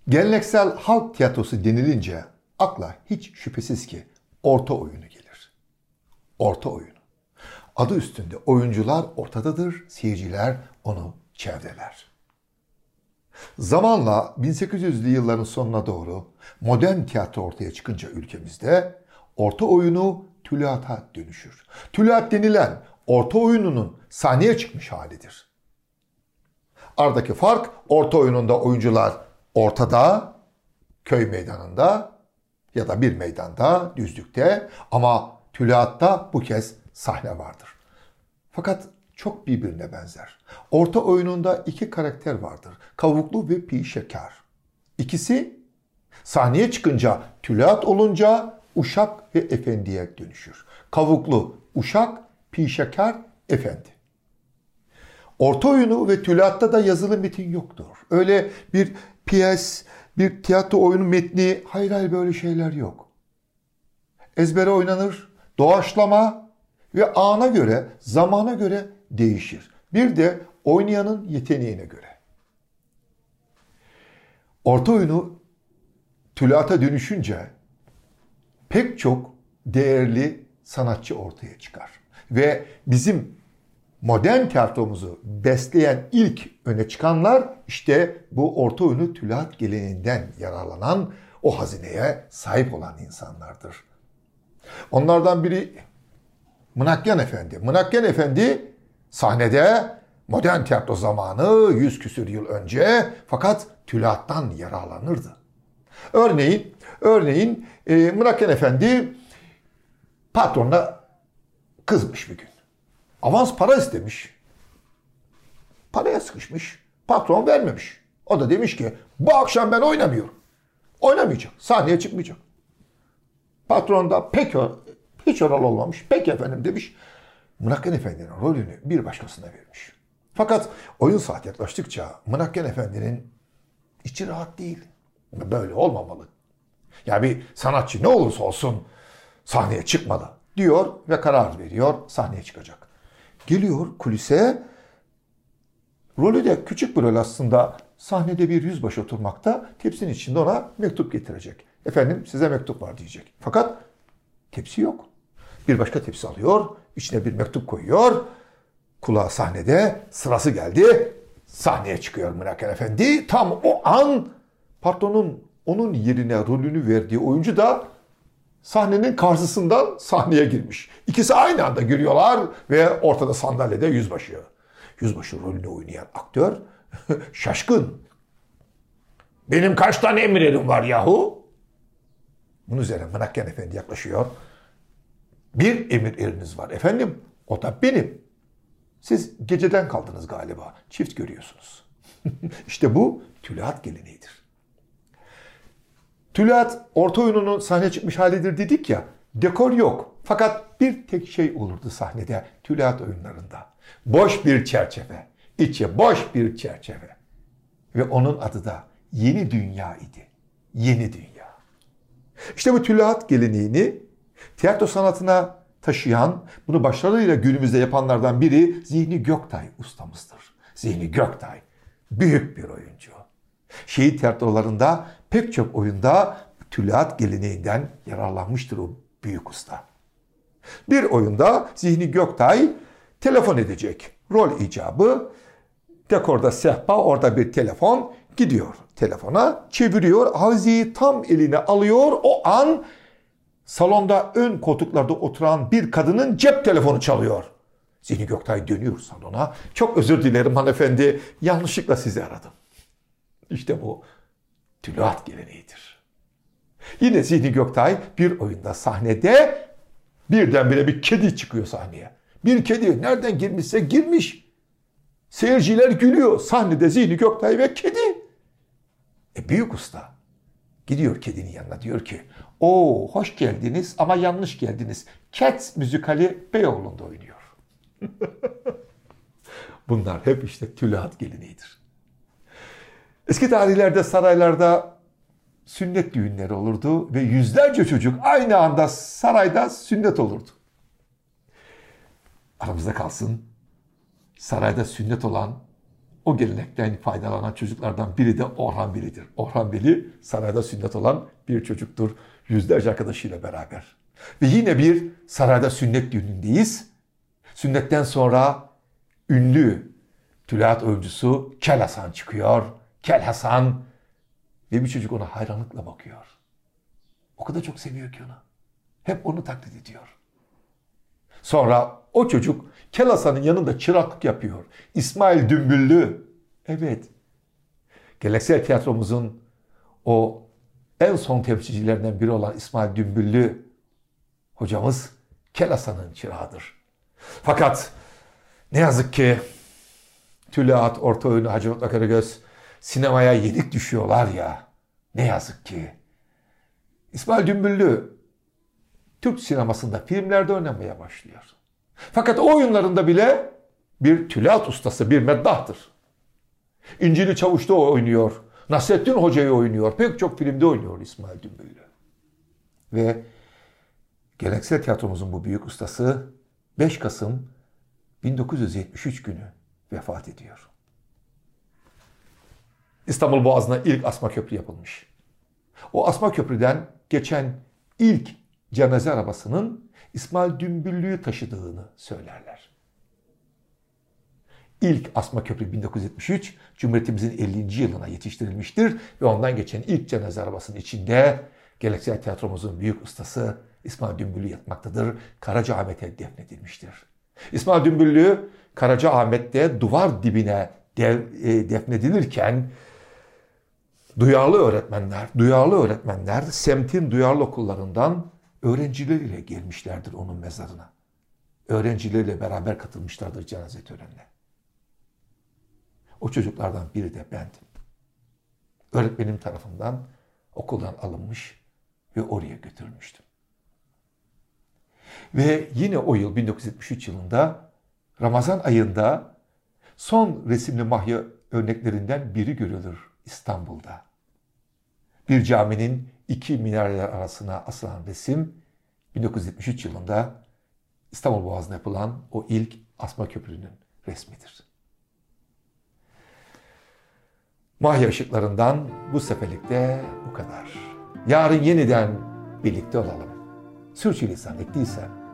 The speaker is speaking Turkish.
Geleneksel halk tiyatrosu denilince akla hiç şüphesiz ki orta oyunu gelir. Orta oyunu. Adı üstünde oyuncular ortadadır, seyirciler onu çevreler. Zamanla 1800'lü yılların sonuna doğru modern tiyatro ortaya çıkınca ülkemizde orta oyunu tülata dönüşür. Tülat denilen orta oyununun sahneye çıkmış halidir. Aradaki fark orta oyununda oyuncular ortada, köy meydanında ya da bir meydanda, düzlükte ama tülatta bu kez sahne vardır. Fakat çok birbirine benzer. Orta oyununda iki karakter vardır. Kavuklu ve pişekar. İkisi sahneye çıkınca, tülat olunca uşak ve efendiye dönüşür. Kavuklu uşak, pişekar efendi. Orta oyunu ve tülatta da yazılı metin yoktur. Öyle bir piyes, bir tiyatro oyunu metni, hayır böyle şeyler yok. Ezbere oynanır, doğaçlama ve ana göre, zamana göre değişir. Bir de oynayanın yeteneğine göre. Orta oyunu tülata dönüşünce pek çok değerli sanatçı ortaya çıkar. Ve bizim modern tiyatromuzu besleyen ilk öne çıkanlar işte bu orta oyunu tülat geleneğinden yararlanan, o hazineye sahip olan insanlardır. Onlardan biri Mınakyan Efendi. Mınakyan Efendi sahnede modern tiyatro zamanı 100 küsür yıl önce fakat tülattan yararlanırdı. Örneğin Mınakyan Efendi patronuna kızmış bir gün. Avans para istemiş. Paraya sıkışmış. Patron vermemiş. O da demiş ki bu akşam ben oynamıyorum. Oynamayacak. Sahneye çıkmayacak. Patron da hiç oral olmamış. Peki efendim demiş. Mınakyan Efendi'nin rolünü bir başkasına vermiş. Fakat oyun saati yaklaştıkça Mınakyan Efendi'nin içi rahat değil. Böyle olmamalı. Ya bir sanatçı ne olursa olsun sahneye çıkmalı diyor ve karar veriyor, sahneye çıkacak. Geliyor kulise, rolü de küçük bir rol aslında, sahnede bir yüzbaşı oturmakta, tepsinin içinde ona mektup getirecek. Efendim size mektup var diyecek. Fakat tepsi yok. Bir başka tepsi alıyor, içine bir mektup koyuyor, kulağı sahnede, sırası geldi, sahneye çıkıyor Mınakyan Efendi. Tam o an patronun onun yerine rolünü verdiği oyuncu da sahnenin karşısından sahneye girmiş. İkisi aynı anda giriyorlar ve ortada sandalyede yüzbaşı. Yüzbaşı rolünü oynayan aktör şaşkın. Benim kaç tane emirim var yahu? Bunun üzerine Mınakyan Efendi yaklaşıyor. Bir emir eriniz var efendim. O da benim. Siz geceden kaldınız galiba. Çift görüyorsunuz. İşte bu tülat geleneğidir. Tülat orta oyununun sahneye çıkmış halidir dedik ya. Dekor yok. Fakat bir tek şey olurdu sahnede tülat oyunlarında. Boş bir çerçeve. İçi boş bir çerçeve. Ve onun adı da Yeni Dünya idi. Yeni Dünya. İşte bu tülat geleneğini tiyatro sanatına taşıyan, bunu başarıyla günümüzde yapanlardan biri Zihni Göktay ustamızdır. Zihni Göktay büyük bir oyuncu. Şehit tiyatrolarında pek çok oyunda tülat geleneğinden yararlanmıştır o büyük usta. Bir oyunda Zihni Göktay telefon edecek. Rol icabı. Dekorda sehpa, orada bir telefon. Gidiyor telefona, çeviriyor, haziyi tam eline alıyor. O an salonda ön koltuklarda oturan bir kadının cep telefonu çalıyor. Zihni Göktay dönüyor salona. Çok özür dilerim hanımefendi, yanlışlıkla sizi aradım. İşte bu tülat geleneğidir. Yine Zihni Göktay bir oyunda sahnede birdenbire bir kedi çıkıyor sahneye. Bir kedi nereden girmişse girmiş. Seyirciler gülüyor. Sahnede Zihni Göktay ve kedi. Büyük usta gidiyor kedinin yanına, diyor ki "Oo, hoş geldiniz ama yanlış geldiniz. Cats müzikali Beyoğlu'nda oynuyor." Bunlar hep işte tülat geleneğidir. Eski tarihlerde saraylarda sünnet düğünleri olurdu ve yüzlerce çocuk aynı anda sarayda sünnet olurdu. Aramızda kalsın, sarayda sünnet olan o gelenekten faydalanan çocuklardan biri de Orhan Veli'dir. Orhan Veli sarayda sünnet olan bir çocuktur. Yüzlerce arkadaşıyla beraber. Ve yine bir sarayda sünnet düğünündeyiz. Sünnetten sonra ünlü tülahat oyuncusu Kel Hasan çıkıyor. Kel Hasan ve bir çocuk ona hayranlıkla bakıyor. O kadar çok seviyor ki onu. Hep onu taklit ediyor. Sonra o çocuk Kel Hasan'ın yanında çıraklık yapıyor. İsmail Dümbüllü. Evet. Geleneksel tiyatromuzun o en son temsilcilerinden biri olan İsmail Dümbüllü hocamız Kel Hasan'ın çırağıdır. Fakat ne yazık ki Tülahat, Orta Oyunu, Hacı Mutlu Karagöz sinemaya yenik düşüyorlar ya. Ne yazık ki. İsmail Dümbüllü Türk sinemasında filmlerde oynamaya başlıyor. Fakat o oyunlarında bile bir tülahat ustası, bir meddahtır. İncili Çavuş'ta oynuyor. Nasrettin Hoca'yı oynuyor. Pek çok filmde oynuyor İsmail Dümbüllü. Ve geleneksel tiyatromuzun bu büyük ustası 5 Kasım 1973 günü vefat ediyor. İstanbul Boğazı'na ilk asma köprü yapılmış. O asma köprüden geçen ilk cenaze arabasının İsmail Dümbüllü'yü taşıdığını söylerler. İlk asma köprü 1973, Cumhuriyetimizin 50. yılına yetiştirilmiştir ve ondan geçen ilk cenaze arabasının içinde geleneksel tiyatromuzun büyük ustası İsmail Dümbüllü yatmaktadır. Karacaahmet'e defnedilmiştir. İsmail Dümbüllü Karacaahmet'te duvar dibine defnedilirken duyarlı öğretmenler semtin duyarlı okullarından öğrencileriyle gelmişlerdir onun mezarına. Öğrencileriyle beraber katılmışlardır cenaze törenine. O çocuklardan biri de bendim. Öğretmenim tarafından okuldan alınmış ve oraya götürülmüştüm. Ve yine o yıl 1973 yılında Ramazan ayında son resimli mahya örneklerinden biri görülür İstanbul'da. Bir caminin iki minareler arasına asılan resim 1973 yılında İstanbul Boğazı'na yapılan o ilk asma köprünün resmidir. Mahya ışıklarından bu seferlikte bu kadar. Yarın yeniden birlikte olalım. Sürçülisan ettiysem